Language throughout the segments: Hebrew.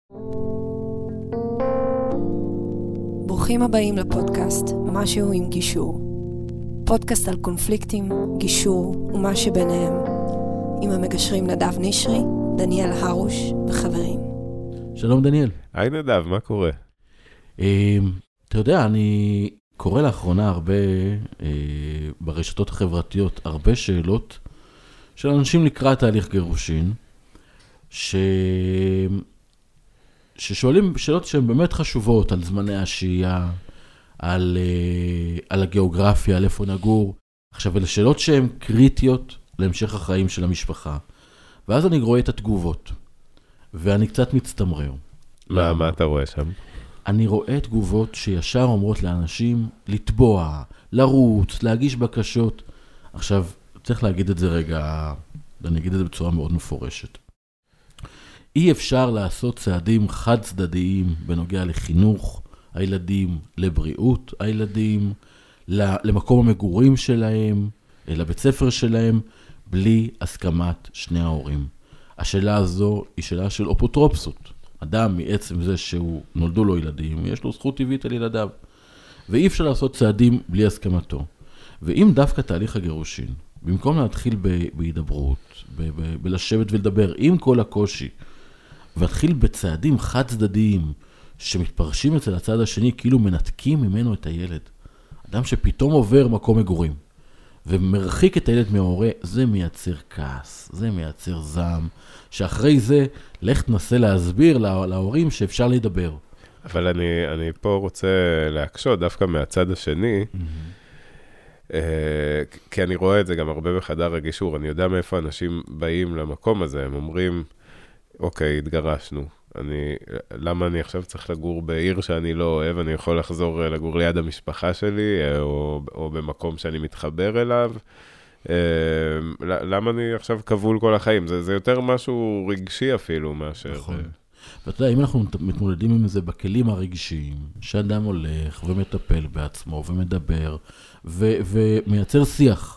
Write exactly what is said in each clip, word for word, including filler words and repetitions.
ברוכים הבאים לפודקאסט משהו עם גישור. פודקאסט על קונפליקטים, גישור ומה שביניהם. עם המגשרים נדב נשרי, דניאל הרוש וחברים. שלום דניאל. היי נדב, מה קורה? אתה יודע, אני קורא לאחרונה הרבה ברשתות החברתיות, הרבה שאלות של אנשים לקראת תהליך גירושין, ש... ששואלים שאלות שהן באמת חשובות על זמני השהייה, על, על הגיאוגרפיה, על איפה נגור. עכשיו, אלה שאלות שהן קריטיות להמשך החיים של המשפחה. ואז אני רואה את התגובות, ואני קצת מצטמרר. מה, מה אתה רואה שם? אני רואה תגובות שישר אומרות לאנשים לתבוע, לרוץ, להגיש בקשות. עכשיו, צריך להגיד את זה רגע, ואני אגיד את זה בצורה מאוד מפורשת. אי אפשר לעשות צעדים חד צדדיים בנוגע לחינוך הילדים, לבריאות הילדים, למקום המגורים שלהם, לבית ספר שלהם, בלי הסכמת שני ההורים. השאלה הזו היא שאלה של אפוטרופסות. אדם מעצם זה שהוא נולדו לו ילדים, יש לו זכות טבעית על ילדיו. ואי אפשר לעשות צעדים בלי הסכמתו. ואם דווקא תהליך הגירושין, במקום להתחיל בהידברות, בלשבת ולדבר עם כל הקושי, והתחיל בצעדים חד צדדיים, שמתפרשים אצל הצד השני, כאילו מנתקים ממנו את הילד. אדם שפתאום עובר מקום מגורים, ומרחיק את הילד מההורה, זה מייצר כעס, זה מייצר זעם, שאחרי זה, לך תנסה להסביר לה, להורים שאפשר לדבר. אבל אני, אני פה רוצה להקשות, דווקא מהצד השני, mm-hmm. אה, כי אני רואה את זה גם הרבה בחדר הגישור, אני יודע מאיפה אנשים באים למקום הזה, הם אומרים, אוקיי, התגרשנו. אני, למה אני עכשיו צריך לגור בעיר שאני לא אוהב? אני יכול לחזור לגור ליד המשפחה שלי, או, או במקום שאני מתחבר אליו. למה אני עכשיו כבול כל החיים? זה, זה יותר משהו רגשי אפילו מאשר... נכון. ואתה יודע, אם אנחנו מתמודדים עם זה בכלים הרגשיים, שאדם הולך ומטפל בעצמו ומדבר, ו, ומייצר שיח,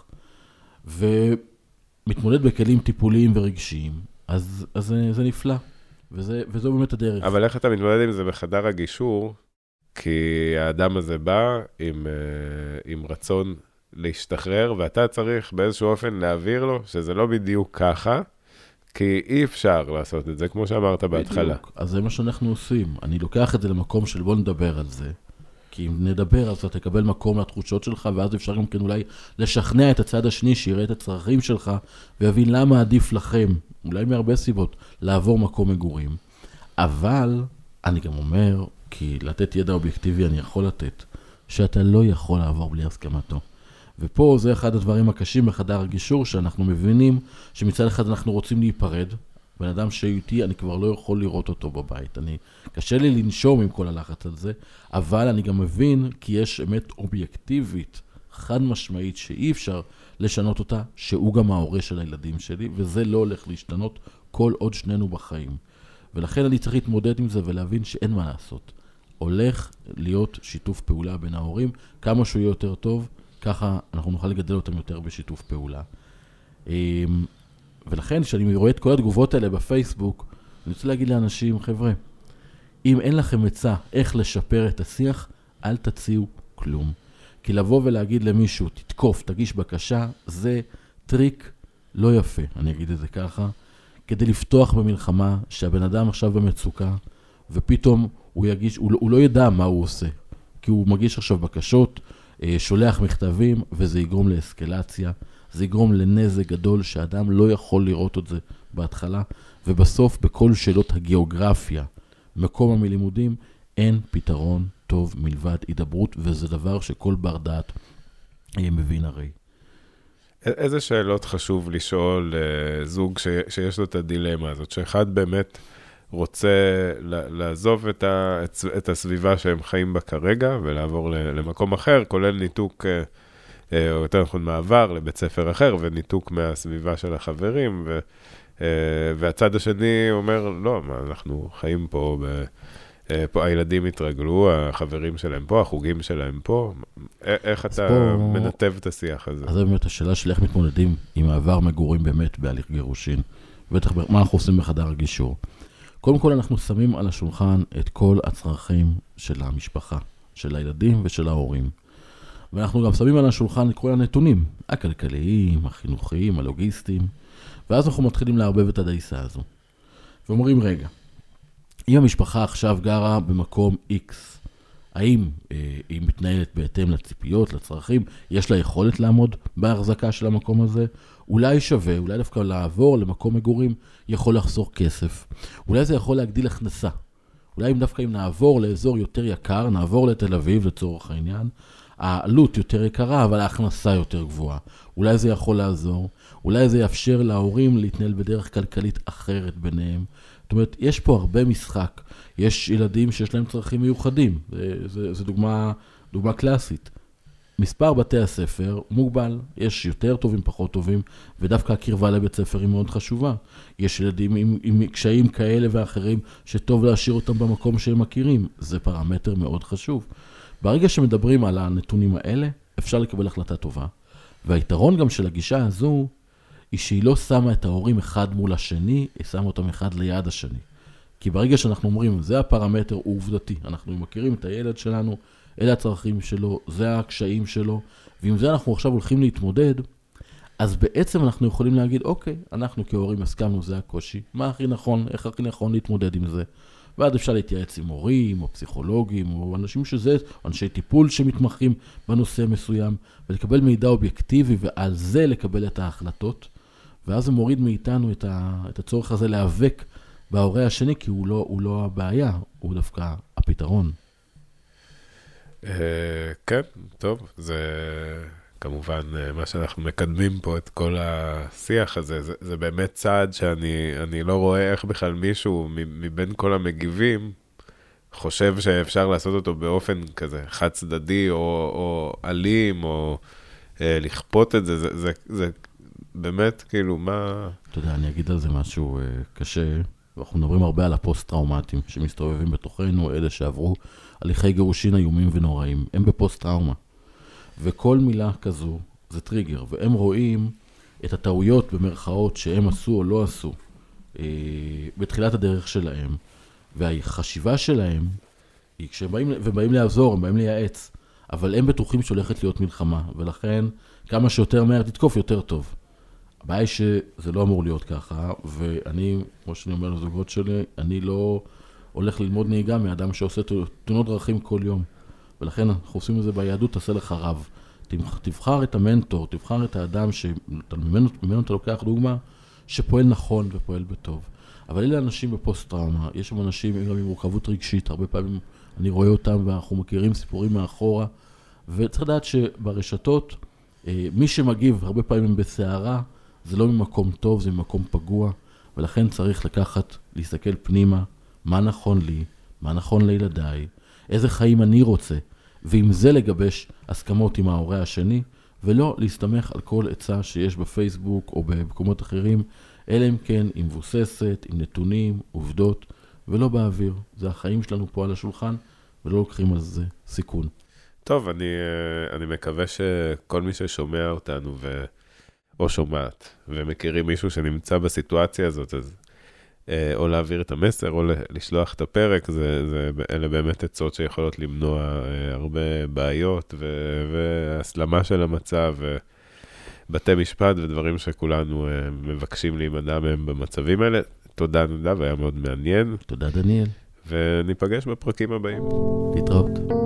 ומתמודד בכלים טיפוליים ורגשיים, אז, אז זה, זה נפלא, וזה, וזו באמת הדרך. אבל איך אתה מתמודד עם זה בחדר הגישור? כי האדם הזה בא עם, עם רצון להשתחרר, ואתה צריך באיזשהו אופן להעביר לו שזה לא בדיוק ככה, כי אי אפשר לעשות את זה, כמו שאמרת בהתחלה. בדיוק, אז זה מה שאנחנו עושים. אני לוקח את זה למקום של בוא נדבר על זה, כי אם נדבר, אז אתה תקבל מקום לתחושות שלך, ואז אפשר גם כן אולי לשכנע את הצד השני, שיראה את הצרכים שלך, ויבין למה עדיף לכם, אולי מהרבה סיבות, לעבור מקום מגורים. אבל אני גם אומר, כי לתת ידע אובייקטיבי אני יכול לתת, שאתה לא יכול לעבור בלי הסכמתו. ופה זה אחד הדברים הקשים בחדר הגישור, שאנחנו מבינים שמצד אחד אנחנו רוצים להיפרד, בן אדם שאיתי, אני כבר לא יכול לראות אותו בבית. אני, קשה לי לנשום עם כל הלחץ על זה, אבל אני גם מבין כי יש אמת אובייקטיבית, חד משמעית, שאי אפשר לשנות אותה, שהוא גם ההורה של הילדים שלי, וזה לא הולך להשתנות כל עוד שנינו בחיים. ולכן אני צריך להתמודד עם זה ולהבין שאין מה לעשות. הולך להיות שיתוף פעולה בין ההורים, כמה שהוא יהיה יותר טוב, ככה אנחנו נוכל לגדל אותם יותר בשיתוף פעולה. ולכן, כשאני רואה את כל התגובות האלה בפייסבוק, אני רוצה להגיד לאנשים, חבר'ה, אם אין לכם עצה איך לשפר את השיח, אל תציעו כלום. כי לבוא ולהגיד למישהו, תתקוף, תגיש בקשה, זה טריק לא יפה, אני אגיד את זה ככה, כדי לפתוח במלחמה שהבן אדם עכשיו במצוקה, ופתאום הוא יגיש, הוא, הוא לא ידע מה הוא עושה, כי הוא מגיש עכשיו בקשות, שולח מכתבים, וזה יגרום לאסקלציה, זה יגרום לנזק גדול שאדם לא יכול לראות את זה בהתחלה, ובסוף בכל שאלות הגיאוגרפיה, מקום המלימודים, אין פתרון טוב מלבד הידברות, וזה דבר שכל בר דעת מבין הרי. איזה שאלות חשוב לשאול זוג שיש לו את הדילמה הזאת, שאחד באמת רוצה לעזוב את, ה, את הסביבה שהם חיים בה כרגע, ולעבור למקום אחר, כולל ניתוק, או יותר נכון מעבר לבית ספר אחר, וניתוק מהסביבה של החברים, ו, והצד השני אומר, לא, מה, אנחנו חיים פה, ב, פה הילדים התרגלו, החברים שלהם פה, החוגים שלהם פה, איך אתה פה... מנתב את השיח הזה? אז זה באמת השאלה של איך מתמודדים עם מעבר מגורים באמת בהליך גירושין, ובטח מה אנחנו עושים בחדר הגישור. קודם כל אנחנו שמים על השולחן את כל הצרכים של המשפחה, של הילדים ושל ההורים. ואנחנו גם שמים על השולחן את כל הנתונים, הכלכליים, החינוכיים, הלוגיסטיים, ואז אנחנו מתחילים לערבב את הדייסה הזו. ואומרים, רגע, אם המשפחה עכשיו גרה במקום X, האם אה, היא מתנהלת בהתאם לציפיות, לצרכים, יש לה יכולת לעמוד בהחזקה של המקום הזה? אולי שווה, אולי דווקא לעבור למקום מגורים יכול לחסוך כסף. אולי זה יכול להגדיל הכנסה. אולי אם דווקא אם נעבור לאזור יותר יקר, נעבור לתל אביב לצורך העניין, העלות יותר יקרה, אבל ההכנסה יותר גבוהה. אולי זה יכול לעזור, אולי זה יאפשר להורים להתנהל בדרך כלכלית אחרת ביניהם. זאת אומרת, יש פה הרבה משחק. יש ילדים שיש להם צרכים מיוחדים. זה, זה, זה דוגמה, דוגמה קלאסית. מספר בתי הספר מוגבל, יש יותר טובים, פחות טובים, ודווקא הקרבה לבית ספר היא מאוד חשובה. יש ילדים עם, עם קשיים כאלה ואחרים, שטוב להשאיר אותם במקום שהם מכירים. זה פרמטר מאוד חשוב. ברגע שמדברים על הנתונים האלה, אפשר לקבל החלטה טובה. והיתרון גם של הגישה הזו, היא שהיא לא שמה את ההורים אחד מול השני, היא שמה אותם אחד ליד השני. כי ברגע שאנחנו אומרים, זה הפרמטר, הוא עובדתי. אנחנו מכירים את הילד שלנו, אלה הצרכים שלו, זה הקשיים שלו, ועם זה אנחנו עכשיו הולכים להתמודד, אז בעצם אנחנו יכולים להגיד, אוקיי, אנחנו כהורים הסכמנו, זה הקושי, מה הכי נכון, איך הכי נכון להתמודד עם זה. ועד אפשר להתייעץ עם הורים, או פסיכולוגים, או אנשים שזה, אנשי טיפול שמתמחים בנושא מסוים, ולקבל מידע אובייקטיבי, ועל זה לקבל את ההחלטות, ואז זה מוריד מאיתנו את, ה, את הצורך הזה להיאבק בהורה השני, כי הוא לא, הוא לא הבעיה, הוא דווקא הפתרון. כן, טוב, זה כמובן מה שאנחנו מקדמים פה את כל השיח הזה, זה, זה באמת צעד שאני אני לא רואה איך בכלל מישהו מבין כל המגיבים חושב שאפשר לעשות אותו באופן כזה חד צדדי או, או אלים או אה, לכפות את זה, זה, זה, זה באמת כאילו מה... אתה יודע, אני אגיד על זה משהו אה, קשה, ואנחנו מדברים הרבה על הפוסט-טראומטיים שמסתובבים בתוכנו, אלה שעברו הליכי גירושין איומים ונוראים, הם בפוסט-טראומה. וכל מילה כזו זה טריגר, והם רואים את הטעויות במרכאות שהם עשו או לא עשו אה, בתחילת הדרך שלהם, והחשיבה שלהם היא כשהם באים, ובאים לעזור, הם באים לייעץ, אבל הם בטוחים שהולכת להיות מלחמה, ולכן כמה שיותר מהר תתקוף יותר טוב. הבעיה היא שזה לא אמור להיות ככה, ואני, כמו שאני אומר לזוגות שלי, אני לא הולך ללמוד נהיגה מאדם שעושה תאונות דרכים כל יום. ולכן אנחנו עושים את זה ביהדות, תעשה לך רב. תבחר את המנטור, תבחר את האדם שממנו ממנו אתה לוקח דוגמה, שפועל נכון ופועל בטוב. אבל אלה אנשים בפוסט-טראומה, יש שם אנשים עם מורכבות רגשית, הרבה פעמים אני רואה אותם ואנחנו מכירים סיפורים מאחורה, וצריך לדעת שברשתות, מי שמגיב הרבה פעמים בסערה, זה לא ממקום טוב, זה ממקום פגוע, ולכן צריך לקחת, להסתכל פנימה, מה נכון לי, מה נכון לילדיי, איזה חיים אני רוצה, ועם זה לגבש הסכמות עם ההורה השני, ולא להסתמך על כל עצה שיש בפייסבוק או במקומות אחרים, אלא אם כן היא מבוססת, עם נתונים, עובדות, ולא באוויר. זה החיים שלנו פה על השולחן, ולא לוקחים על זה סיכון. טוב, אני, אני מקווה שכל מי ששומע אותנו ו... או שומעת, ומכירים מישהו שנמצא בסיטואציה הזאת, אז או להעביר את המסר, או לשלוח את הפרק, זה, זה, אלה באמת עצות שיכולות למנוע הרבה בעיות, ו, והסלמה של המצב, ובתי משפט, ודברים שכולנו מבקשים להימנע מהם במצבים האלה. תודה נדב, היה מאוד מעניין. תודה דניאל. וניפגש בפרקים הבאים. להתראות.